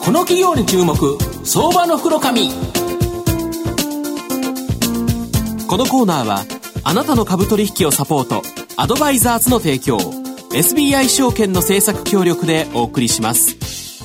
この企業に注目、相場の福の神。このコーナーはあなたの株取引をサポート、アドバイザーズの提供、 SBI 証券の政策協力でお送りします。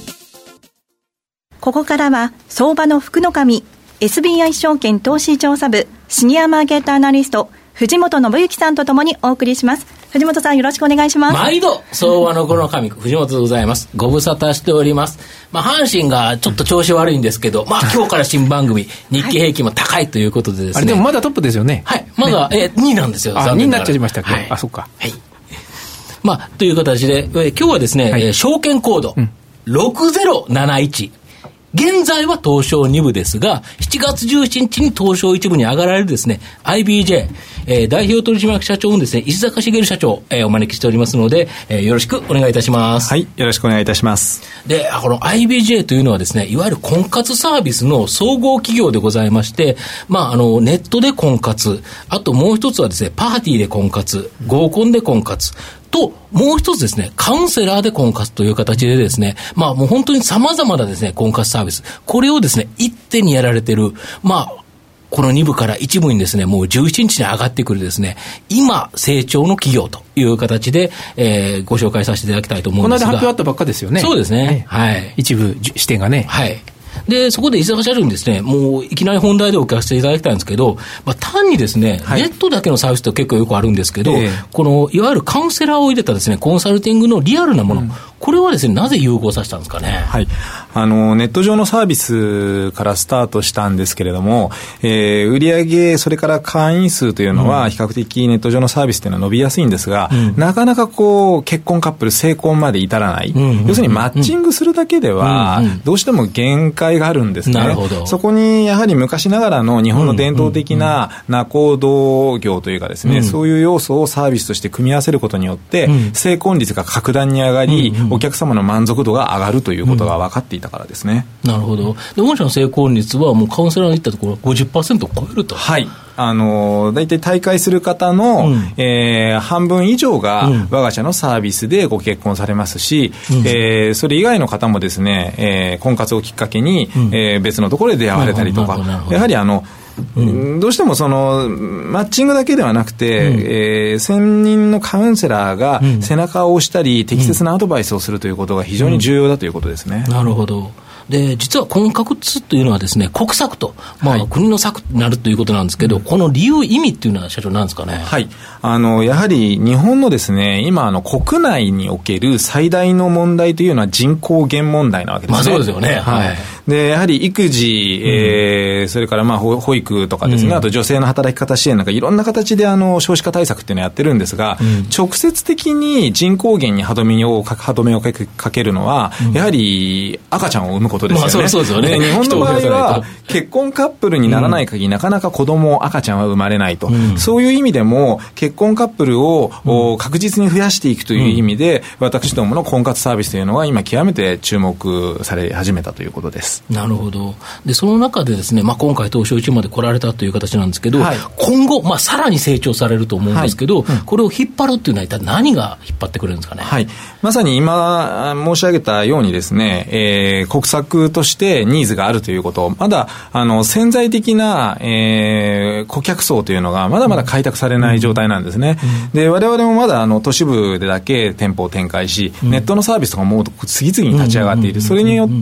ここからは相場の福の神、 SBI 証券投資調査部シニアマーケットアナリスト藤本信之さんとともにお送りします。藤本さん、よろしくお願いします。 毎度相場の福の神藤本でございます。ご無沙汰しております。阪神がちょっと調子悪いんですけど、今日から新番組日経平均も高いということでですね、 あれでもまだトップですよね。 はい、まだ、2位なんですよ。 2位になっちゃいましたっけ、 はい、 そっか、 はい。という形で、今日はですね、はい、証券コード、6071、現在は東証2部ですが、7月17日に東証1部に上がられるですね、IBJ、代表取締役社長のですね、石坂茂社長、お招きしておりますので、よろしくお願いいたします。 はい、よろしくお願いいたします。 で、この IBJ というのはですね、いわゆる婚活サービスの総合企業でございまして、ネットで婚活、あともう一つはですね、パーティーで婚活、合コンで婚活、と、もう一つですね、カウンセラーで婚活という形でですね、もう本当に様々なですね、婚活サービス、これをですね、一手にやられている、この2部から1部にですね、もう17日に上がってくるですね、今成長の企業という形で、ご紹介させていただきたいと思うんですが。 この間発表あったばっかですよね。 そうですね。はい。 一部視点がね。 はい。で、そこで石坂社長にですね、もういきなり本題でお聞かせいただきたいんですけど、単にですね、ネットだけのサービスって結構よくあるんですけど、このいわゆるカウンセラーを入れたですね、コンサルティングのリアルなもの、これはですね、なぜ融合させたんですかね。 はい。ネット上のサービスからスタートしたんですけれども、売上、それから会員数というのは比較的ネット上のサービスというのは伸びやすいんですが、なかなか結婚カップル成婚まで至らない。要するにマッチングするだけでは、どうしても限界があるんですね。 なるほど。 そこにやはり昔ながらの日本の伝統的な仲人業というかですね、そういう要素をサービスとして組み合わせることによって、成婚率が格段に上がり、お客様の満足度が上がるということが分かっていたからですね。 なるほど。で、御社の成婚率はもうカウンセラーに行ったところ 50% を超えると。 はい。大体退会する方の、半分以上が我が社のサービスでご結婚されますし、それ以外の方もですね、婚活をきっかけに、別のところで出会われたりとか、やはりどうしてもマッチングだけではなくて、専任のカウンセラーが背中を押したり、適切なアドバイスをするということが非常に重要だということですね。 なるほど。で、実は婚活というのはですね、国策と、国の策になるということなんですけど、この理由、意味っていうのは社長なんですかね。 はい。やはり日本のですね、今国内における最大の問題というのは人口減問題なわけですね。 そうですよね。はい。 で、やはり育児、それから保育とかですね、あと女性の働き方支援なんかいろんな形で少子化対策っていうのをやってるんですが、直接的に人口減に歯止めをかけるのは、やはり赤ちゃんを産むことですよね。 そうですよね。 日本の場合は結婚カップルにならない限り、なかなか子供、赤ちゃんは生まれないと、そういう意味でも結婚カップルを確実に増やしていくという意味で、私どもの婚活サービスというのは今極めて注目され始めたということです。 なるほど。で、その中でですね、今回東証1まで来られたという形なんですけど、今後、さらに成長されると思うんですけど、これを引っ張るっていうのは一体何が引っ張ってくれるんですかね。 はい。まさに今申し上げたようにですね、国策としてニーズがあるということ、まだ潜在的な、顧客層というのがまだまだ開拓されない状態なんですね。で、我々もまだ都市部でだけ店舗を展開し、ネットのサービスとかも次々に立ち上がっている。それによって、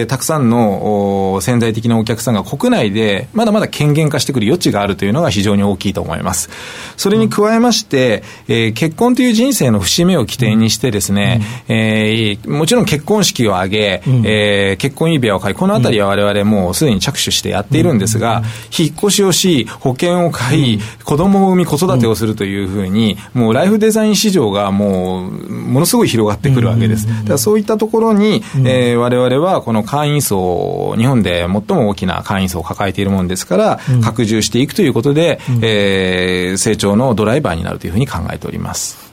たくさんの潜在的なお客さんが国内でまだまだ権限化してくる余地があるというのが非常に大きいと思います。それに加えまして、結婚という人生の節目を起点にしてですね、もちろん結婚式を挙げ、結婚指輪を買い、このあたりは我々もうすでに着手してやっているんですが、引っ越しをし、保険を買い、子供を産み子育てをするというふうに、もうライフデザイン市場がものすごい広がってくるわけです。だからそういったところに、我々はこの会員層、日本で最も大きな会員層を抱えているものですから、拡充していくということで、成長のドライバーになるというふうに考えております。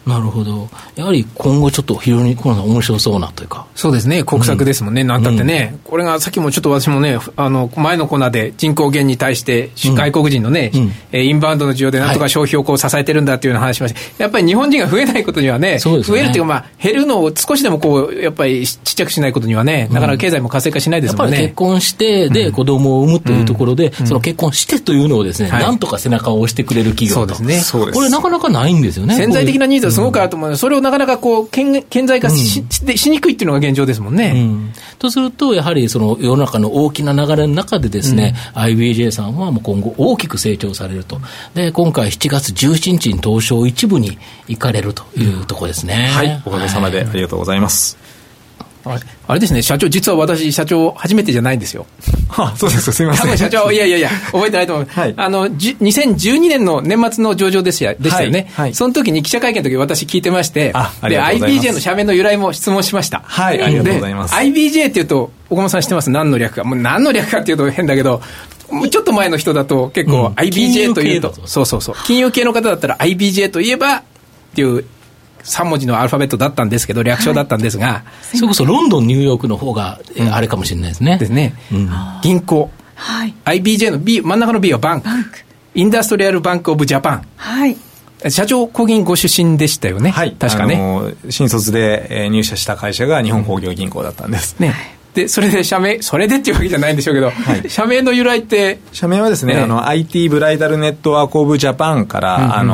なるほど。やはり今後ちょっと非常に面白そうなというか。 そうですね、国策ですもんね、なんたってね、これがさっきもちょっと私もね、前のコーナーで人口減に対して外国人のね、インバウンドの需要でなんとか消費をこう支えてるんだっていうような話しました。やっぱり日本人が増えないことにはね、増えるっていうか、減るのを少しでもこうやっぱりちっちゃくしないことにはね、なかなか経済も活性化しないですもんね。 やっぱり結婚してで子供を産むというところで、その結婚してというのをですね、なんとか背中を押してくれる企業と。 そうですね。 これなかなかないんですよね。 潜在的なニーズはすごくあると思うので、それをなかなかこう顕在化 しにくいっていうのが現状ですもんね。 とするとやはりその世の中の大きな流れの中でですね、IBJ さんはもう今後大きく成長されると。で今回7月17日に東証一部に行かれるというところですね。 はい、おかげさまでありがとうございます。 あれですね、社長、実は私社長初めてじゃないんですよ。 そうですか、すみません。 多分社長、いや覚えてないと思う。はい、2012年の年末の上場でしたよね。はい、その時に記者会見の時私聞いてまして、で IBJ の社名の由来も質問しました。 はい、ありがとうございます。 IBJ っていうと岡本さん知ってます？何の略か。もう何の略かっていうと変だけど、ちょっと前の人だと結構 IBJ というと、そう金融系の方だったら IBJ といえばっていう3文字のアルファベットだったんですけど、略称だったんですが、 それこそロンドンニューヨークの方があれかもしれないですね。 ですね。銀行、IBJ の B、真ん中の B はバンク、インダストリアルバンクオブジャパン。社長工銀ご出身でしたよね。確かね。 新卒で入社した会社が日本工業銀行だったんですね。でそれで社名、それでっていうわけじゃないんでしょうけど、社名の由来って、 社名はですね、IT ブライダルネットワークオブジャパンから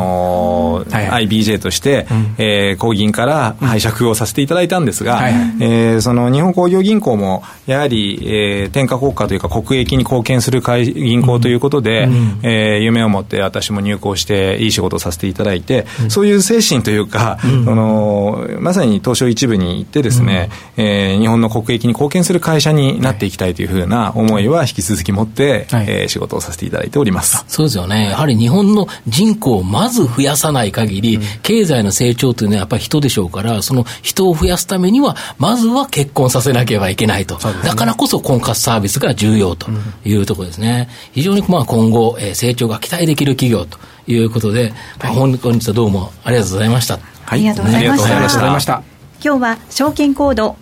、IBJ として、工銀から拝借をさせていただいたんですが、その日本工業銀行もやはり、天下国家というか国益に貢献する銀行ということで、夢を持って私も入行していい仕事をさせていただいて、そういう精神というか、まさに東証一部に行ってですね、日本の国益に貢献する会社になっていきたいというふうな思いは引き続き持って、仕事をさせていただいております。 そうですよね。やはり日本の人口をまず増やさない限り、経済の成長というのはやっぱり人でしょうから、その人を増やすためにはまずは結婚させなければいけないと。だからこそ婚活サービスが重要というところですね。非常に今後、成長が期待できる企業ということで、本日はどうもありがとうございました。 ありがとうございました。今日は証券コード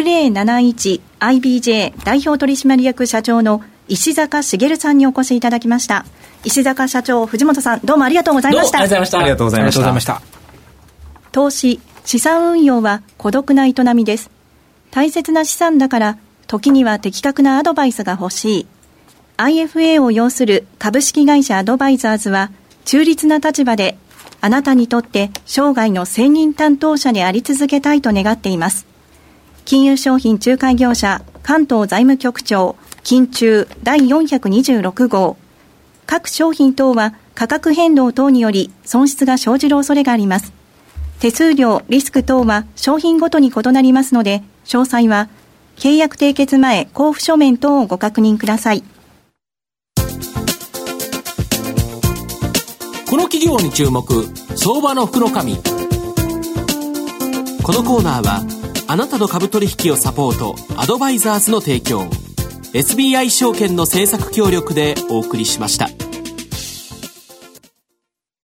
6071IBJ 代表取締役社長の石坂茂さんにお越しいただきました。石坂社長、藤本さん、どうもありがとうございました。 ありがとうございました。 投資、資産運用は孤独な営みです。大切な資産だから時には的確なアドバイスが欲しい。 IFA を要する株式会社アドバイザーズは中立な立場であなたにとって生涯の専任担当者であり続けたいと願っています。金融商品仲介業者関東財務局長金中第426号。各商品等は価格変動等により損失が生じる恐れがあります。手数料、リスク等は商品ごとに異なりますので、詳細は契約締結前交付書面等をご確認ください。 この企業に注目、相場の福の神。このコーナーはあなたの株取引をサポート、アドバイザーズの提供、SBI 証券の政策協力でお送りしました。